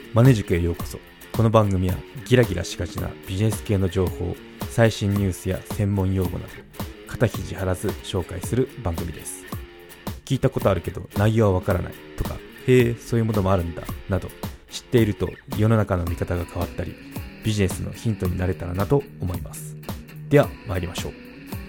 マネ塾へようこそ。この番組はギラギラしがちなビジネス系の情報、最新ニュースや専門用語など肩肘張らず紹介する番組です。聞いたことあるけど内容はわからないとか、へえそういうものもあるんだなど、知っていると世の中の見方が変わったり、ビジネスのヒントになれたらなと思います。では参りましょう。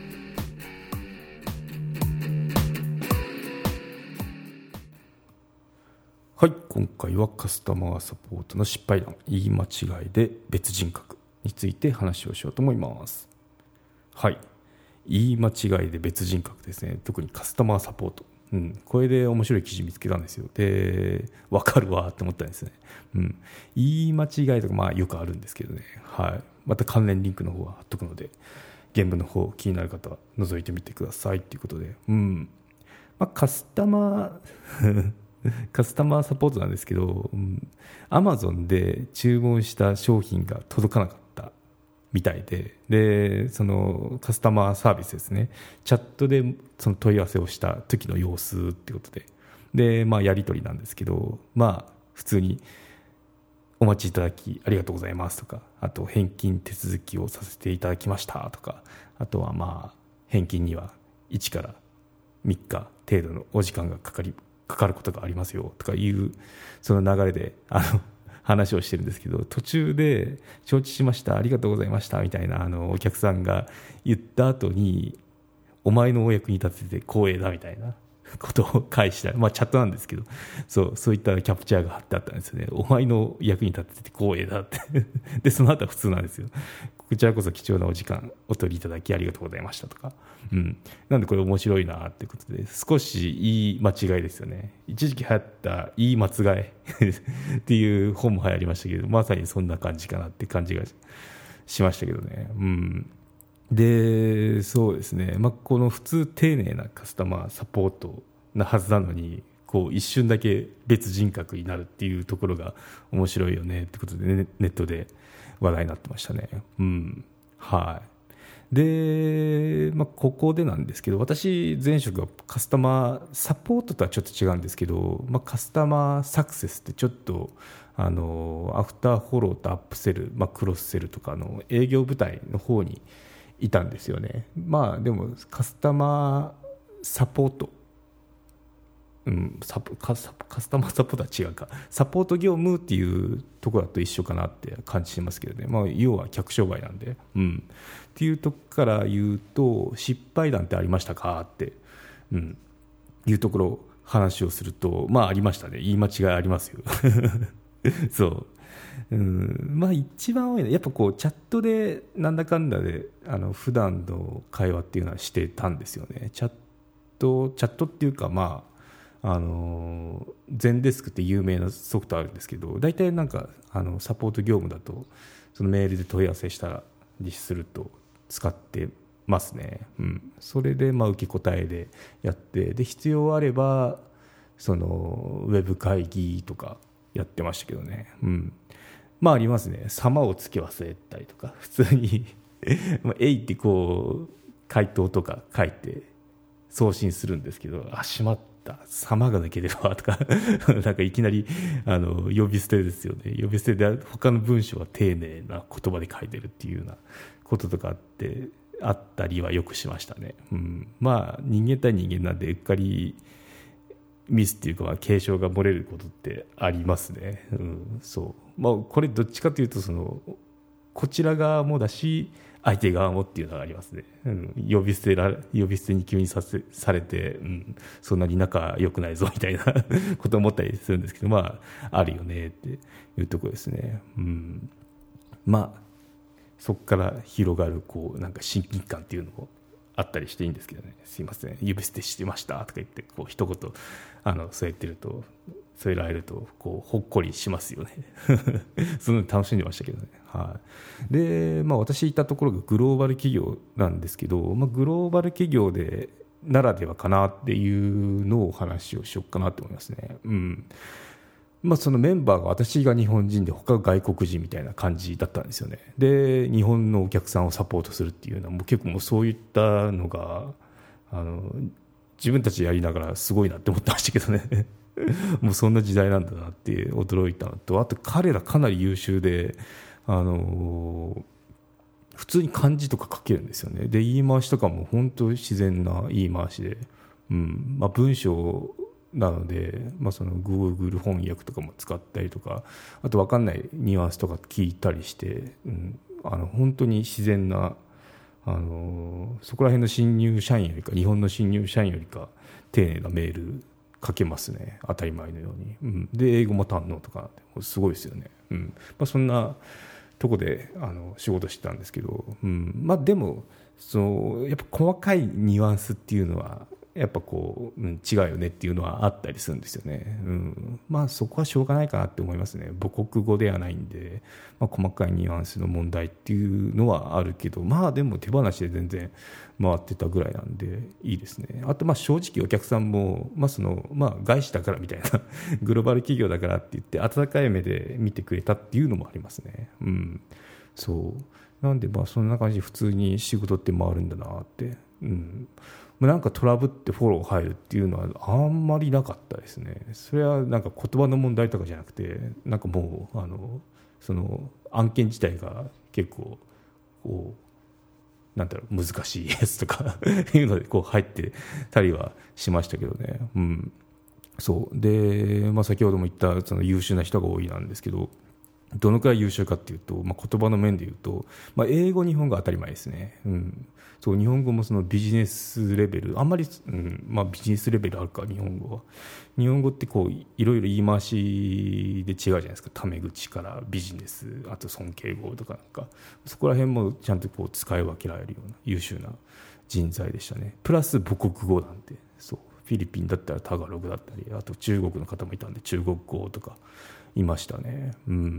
はい、今回はカスタマーサポートの失敗談、言い間違いで別人格について話をしようと思います。はい、言い間違いで別人格ですね。特にカスタマーサポート、これで面白い記事見つけたんですよ。で、分かるわって思ったんですね。言い間違いとかよくあるんですけどね。はい、また関連リンクの方は貼っとくので、原文の方気になる方は覗いてみてくださいということで、カスタマーサポートなんですけど、Amazon で注文した商品が届かなかったみたいで、そのカスタマーサービスですね、チャットでその問い合わせをした時の様子ってことで、やり取りなんですけど、普通にお待ちいただきありがとうございますとか、あと返金手続きをさせていただきましたとか、あとは返金には1から3日程度のお時間がかかることがありますよとかいうその流れで話をしてるんですけど、途中で承知しましたありがとうございましたみたいなお客さんが言った後に、お前のお役に立てて光栄だみたいなことを返した、チャットなんですけど、そういったキャプチャーが貼ってあったんですよね。お前の役に立てて光栄だってでその後は普通なんですよ。こちらこそ貴重なお時間お取りいただきありがとうございましたとか、なんでこれ面白いなってことで、少し言い間違いですよね。一時期流行った言い間違いっていう本も流行りましたけど、まさにそんな感じかなって感じがしましたけどね。で、そうですね、この普通丁寧なカスタマーサポートなはずなのに、一瞬だけ別人格になるっていうところが面白いよねってことで、ネットで話題になってましたね。はい。で、ここでなんですけど、私前職はカスタマーサポートとはちょっと違うんですけど、カスタマーサクセスってちょっとアフターフォローとアップセル、クロスセルとかの営業部隊の方にいたんですよね。でもカスタマーサポート、カスタマーサポートは違うか、サポート業務っていうところだと一緒かなって感じしますけどね。要は客商売なんで、っていうとこから言うと、失敗談ってありましたかって、いうところ話をすると、ありましたね。言い間違いありますよそう、一番多いのはやっぱチャットでなんだかんだで普段の会話っていうのはしてたんですよね。チャットっていうか、ゼンデスクって有名なソフトあるんですけど、大体サポート業務だとそのメールで問い合わせしたりすると使ってますね。それで受け答えでやって、で必要あればそのウェブ会議とかやってましたけどね。ありますね。様を付け忘れたりとか、普通にえいって回答とか書いて送信するんですけど、しまった、様が抜けてるわとかいきなり呼び捨てですよね。呼び捨てで他の文章は丁寧な言葉で書いてるっていうようなこととかあったりはよくしましたね。人間対人間なんで、うっかりミスっていうか、継承が漏れることってありますね。これどっちかというとこちら側もだし相手側もっていうのがありますね。呼び捨てに急にされて、そんなに仲良くないぞみたいなことを思ったりするんですけど、あるよねっていうところですね。そこから広がる親近感っていうのもあったりしていいんですけどね。すいません呼び捨てしてましたとか言って一言添えられるとほっこりしますよねその楽しんでましたけどね。で、私いたところがグローバル企業なんですけど、グローバル企業でならではかなっていうのをお話をしようかなと思いますね。そのメンバーが私が日本人で他が外国人みたいな感じだったんですよね。で日本のお客さんをサポートするっていうのは結構そういったのが自分たちでやりながらすごいなって思ってましたけどねもうそんな時代なんだなって驚いたのと、あと彼らかなり優秀で、普通に漢字とか書けるんですよね。で言い回しとかも本当自然な言い回しで、文章なので、その Google 翻訳とかも使ったりとか、あと分かんないニュアンスとか聞いたりして、本当に自然な、そこら辺の新入社員よりか、日本の新入社員よりか丁寧なメール書けますね、当たり前のように。で英語も堪能とかすごいですよね。そんなとこで仕事してたんですけど、でもやっぱ細かいニュアンスっていうのはやっぱこう、違うよねっていうのはあったりするんですよね。そこはしょうがないかなって思いますね。母国語ではないんで、細かいニュアンスの問題っていうのはあるけど、でも手放しで全然回ってたぐらいなんでいいですね。あと正直お客さんも、外資だからみたいなグローバル企業だからって言って温かい目で見てくれたっていうのもありますね。そうなんでそんな感じで普通に仕事って回るんだなって。なんかトラブってフォロー入るっていうのはあんまりなかったですね。それはなんか言葉の問題とかじゃなくて、なんかもうその案件自体が結構こうなんだろう、難しいやつとかいうのでこう入ってたりはしましたけどね。そうで、先ほども言ったその優秀な人が多いなんですけど、どのくらい優秀かっていうと、言葉の面で言うと、英語日本語は当たり前ですね。そう日本語もそのビジネスレベルあんまり、ビジネスレベルあるか。日本語ってこういろいろ言い回しで違うじゃないですか。タメ口からビジネス、あと尊敬語とか、なんかそこら辺もちゃんとこう使い分けられるような優秀な人材でしたね。プラス母国語なんで、そうフィリピンだったらタガログだったり、あと中国の方もいたんで中国語とかいましたね。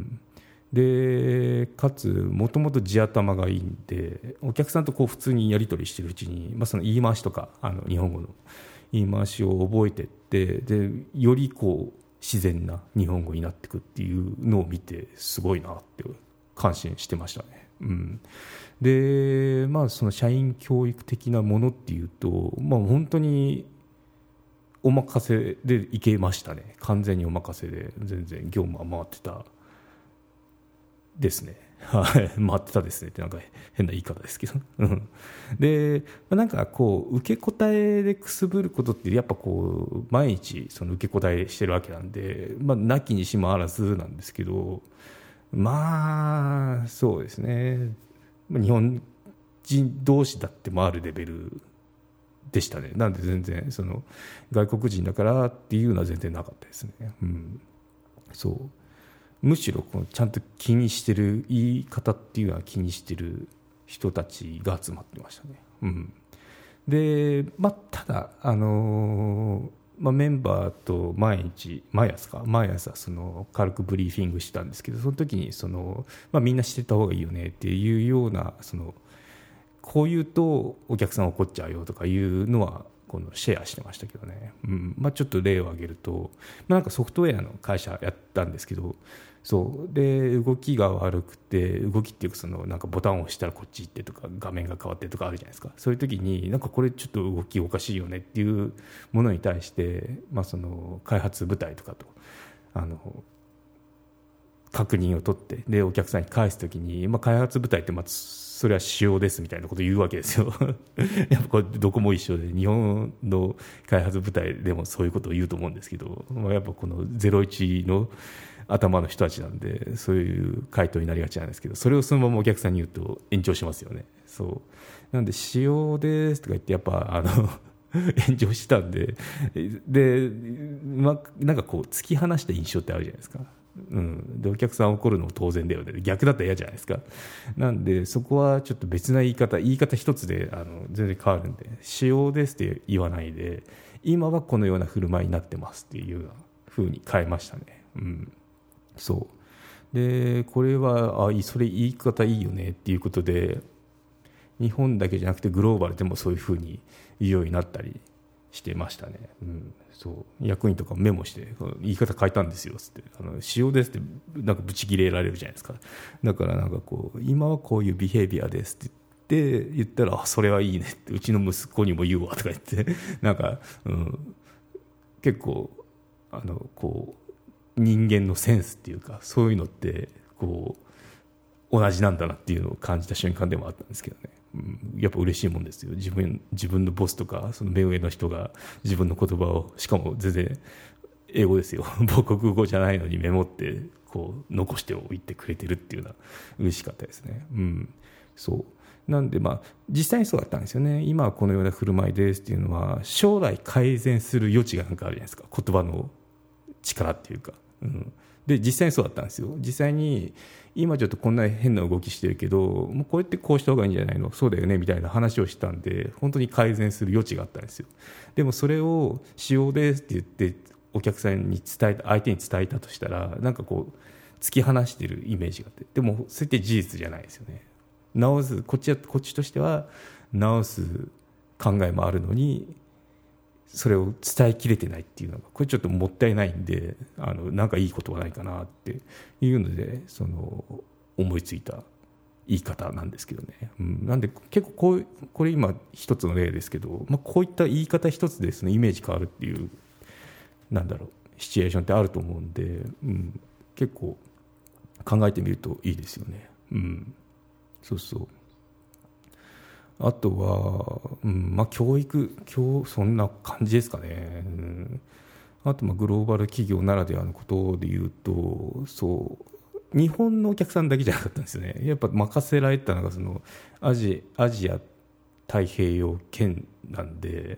でかつもともと地頭がいいんで、お客さんとこう普通にやり取りしてるうちに、その言い回しとか日本語の言い回しを覚えてって、でよりこう自然な日本語になっていくっていうのを見て、すごいなって感心してましたね。でその社員教育的なものっていうと、本当にお任せでいけましたね。完全にお任せで全然業務は回ってたですね。回ってたですねってなんか変な言い方ですけどでなんかこう受け答えでくすぶることってやっぱこう毎日その受け答えしてるわけなんで、なきにしもあらずなんですけど、そうですね、日本人同士だって回るレベルでしたね。なんで全然その外国人だからっていうのは全然なかったですね。そうむしろこのちゃんと気にしてる言い方っていうのは気にしてる人たちが集まってましたね。で、ただメンバーと毎朝その軽くブリーフィングしてたんですけど、その時にその、みんなしてた方がいいよねっていうような、そのこう言うとお客さん怒っちゃうよとかいうのはこのシェアしてましたけどね。ちょっと例を挙げると、なんかソフトウェアの会社やったんですけど、そうで動きが悪くて、動きっていうかそのなんかボタンを押したらこっち行ってとか画面が変わってとかあるじゃないですか。そういう時になんかこれちょっと動きおかしいよねっていうものに対して、その開発部隊とかと確認を取って、でお客さんに返す時に、開発部隊ってそれは仕様ですみたいなことを言うわけですよやっぱこれどこも一緒で、日本の開発部隊でもそういうことを言うと思うんですけど、やっぱこの01の頭の人たちなんでそういう回答になりがちなんですけど、それをそのままお客さんに言うと延長しますよね。そうなんで仕様ですとか言ってやっぱ炎上したんで、なんかこう突き放した印象ってあるじゃないですか。でお客さん怒るのも当然だよね。逆だったら嫌じゃないですか。なんでそこはちょっと別な言い方一つで全然変わるんで、仕様ですって言わないで、今はこのような振る舞いになってますっていう風に変えましたね。そうでこれはそれ言い方いいよねっていうことで、日本だけじゃなくてグローバルでもそういう風に言うようになったりしてましたね。そう役員とかメモして言い方変えたんですよつって、仕様ですってなんかブチ切れられるじゃないですか。だからなんかこう今はこういうビヘイビアですって言ったら、それはいいねって、うちの息子にも言うわとか言ってなんか、結構こう人間のセンスっていうか、そういうのってこう同じなんだなっていうのを感じた瞬間でもあったんですけどね、やっぱ嬉しいもんですよ。自分のボスとかその目上の人が自分の言葉を、しかも全然英語ですよ母国語じゃないのにメモってこう残しておいてくれてるっていうのは嬉しかったですね。そうなんで、実際にそうだったんですよね。今はこのような振る舞いですっていうのは将来改善する余地がなんかあるじゃないですか、言葉の力っていうか、で実際にそうだったんですよ。実際に今ちょっとこんな変な動きしてるけど、もうこうやってこうした方がいいんじゃないの、そうだよねみたいな話をしたんで、本当に改善する余地があったんですよ。でもそれをしようですって言ってお客さんに伝えた、相手に伝えたとしたら、なんかこう突き放してるイメージがあって、でもそれって事実じゃないですよね。直す、こっちとしては直す考えもあるのにそれを伝えきれてないっていうのが、これちょっともったいないんで、なんかいいことはないかなっていうので思いついた言い方なんですけどね、なんで結構これ今一つの例ですけど、こういった言い方一つですね、イメージ変わるっていうシチュエーションってあると思うんで、結構考えてみるといいですよね。そうそう。あとは、教育そんな感じですかね。あとグローバル企業ならではのことで言うと、そう日本のお客さんだけじゃなかったんですよね。やっぱ任せられたのがアジア太平洋圏なんで、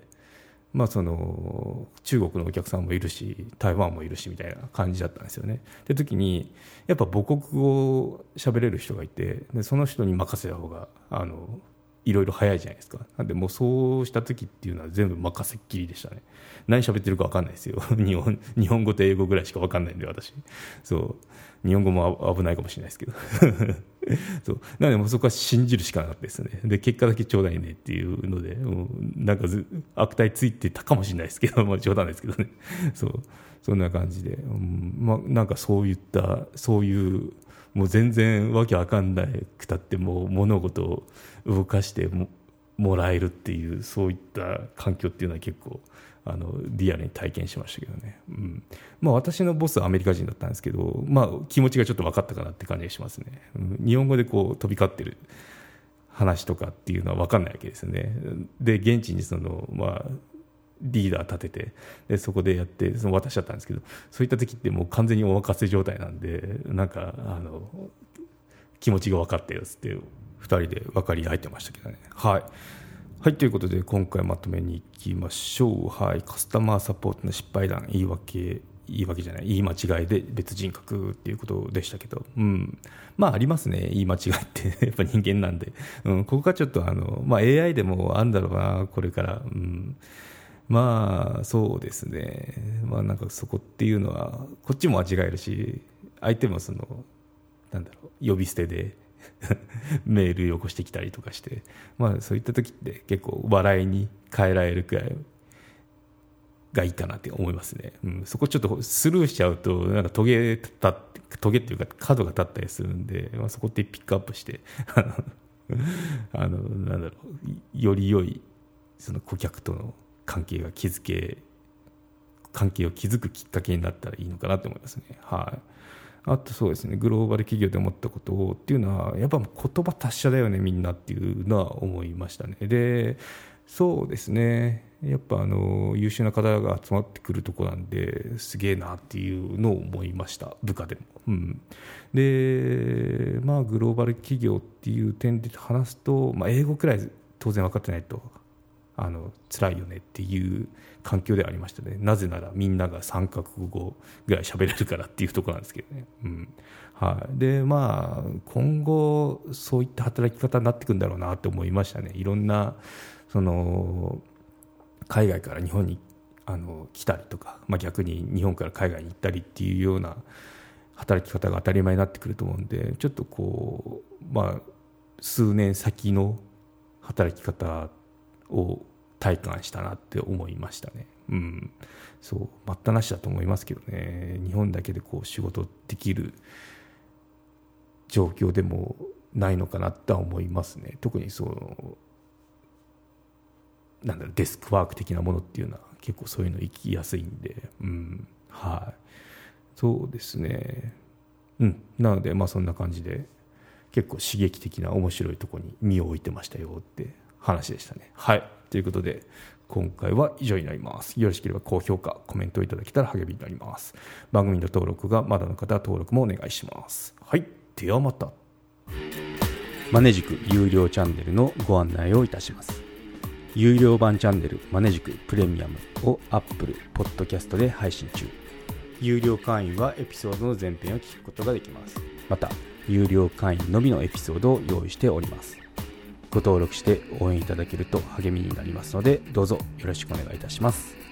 中国のお客さんもいるし台湾もいるしみたいな感じだったんですよね。って時にやっぱ母国語を喋れる人がいて、でその人に任せた方がいろいろ早いじゃないですか。なんでもうそうした時っていうのは全部任せっきりでしたね。何喋ってるか分かんないですよ日本語と英語ぐらいしか分かんないんで、私日本語も危ないかもしれないですけどそうなのでもうそこは信じるしかなかったですね。で結果だけちょうだいねっていうので、なんか悪態ついてたかもしれないですけど冗談ですけどねそんな感じで、なんかそういうもう全然わけわかんなくたってもう物事を動かしてもらえるっていう、そういった環境っていうのは結構リアルに体験しましたけどね。私のボスはアメリカ人だったんですけど、気持ちがちょっと分かったかなって感じがしますね。日本語でこう飛び交ってる話とかっていうのは分かんないわけですよね。で現地にリーダー立てて、でそこでやって渡しちゃったんですけど、そういった時ってもう完全にお任せ状態なんで、なんか気持ちが分かったよっつって2人で分かり合えてましたけどね。はい、ということで今回まとめにいきましょう。カスタマーサポートの失敗談、言い間違いで別人格っていうことでしたけど、ありますね、言い間違いってやっぱ人間なんで、ここがちょっとAI でもあるんだろうなこれから。そうですね、なんかそこっていうのはこっちも間違えるし、相手も呼び捨てでメールよこしてきたりとかして、そういった時って結構笑いに変えられるくらいがいいかなって思いますね。そこちょっとスルーしちゃうとなんかトゲっていうか角が立ったりするんで、そこってピックアップしてより良い顧客との関係を築くきっかけになったらいいのかなと思いますね。あとそうですね、グローバル企業で思ったことっていうのはやっぱ言葉達者だよねみんなっていうのは思いましたね。でそうですね、やっぱ優秀な方が集まってくるところなんですげえなっていうのを思いました、部下でも。でグローバル企業っていう点で話すと、英語くらい当然分かってないと辛いよねっていう環境ではありましたね。なぜならみんなが3カ国語ぐらい喋れるからっていうところなんですけどね。で今後そういった働き方になっていくんだろうなって思いましたね。いろんな海外から日本に来たりとか、逆に日本から海外に行ったりっていうような働き方が当たり前になってくると思うんで、ちょっと数年先の働き方を体感したなって思いましたね。そう待ったなしだと思いますけどね。日本だけで仕事できる状況でもないのかなとは思いますね。特にデスクワーク的なものっていうのは結構そういうの行きやすいんで、 はい、そうですね。なのでそんな感じで結構刺激的な面白いところに身を置いてましたよって話でしたね。はい、ということで今回は以上になります。よろしければ高評価コメントいただけたら励みになります。番組の登録がまだの方は登録もお願いします。はい、ではまた。マネジク有料チャンネルのご案内をいたします。有料版チャンネルマネジクプレミアムを Apple Podcast で配信中。有料会員はエピソードの前編を聞くことができます。また有料会員のみのエピソードを用意しております。ご登録して応援いただけると励みになりますので、どうぞよろしくお願いいたします。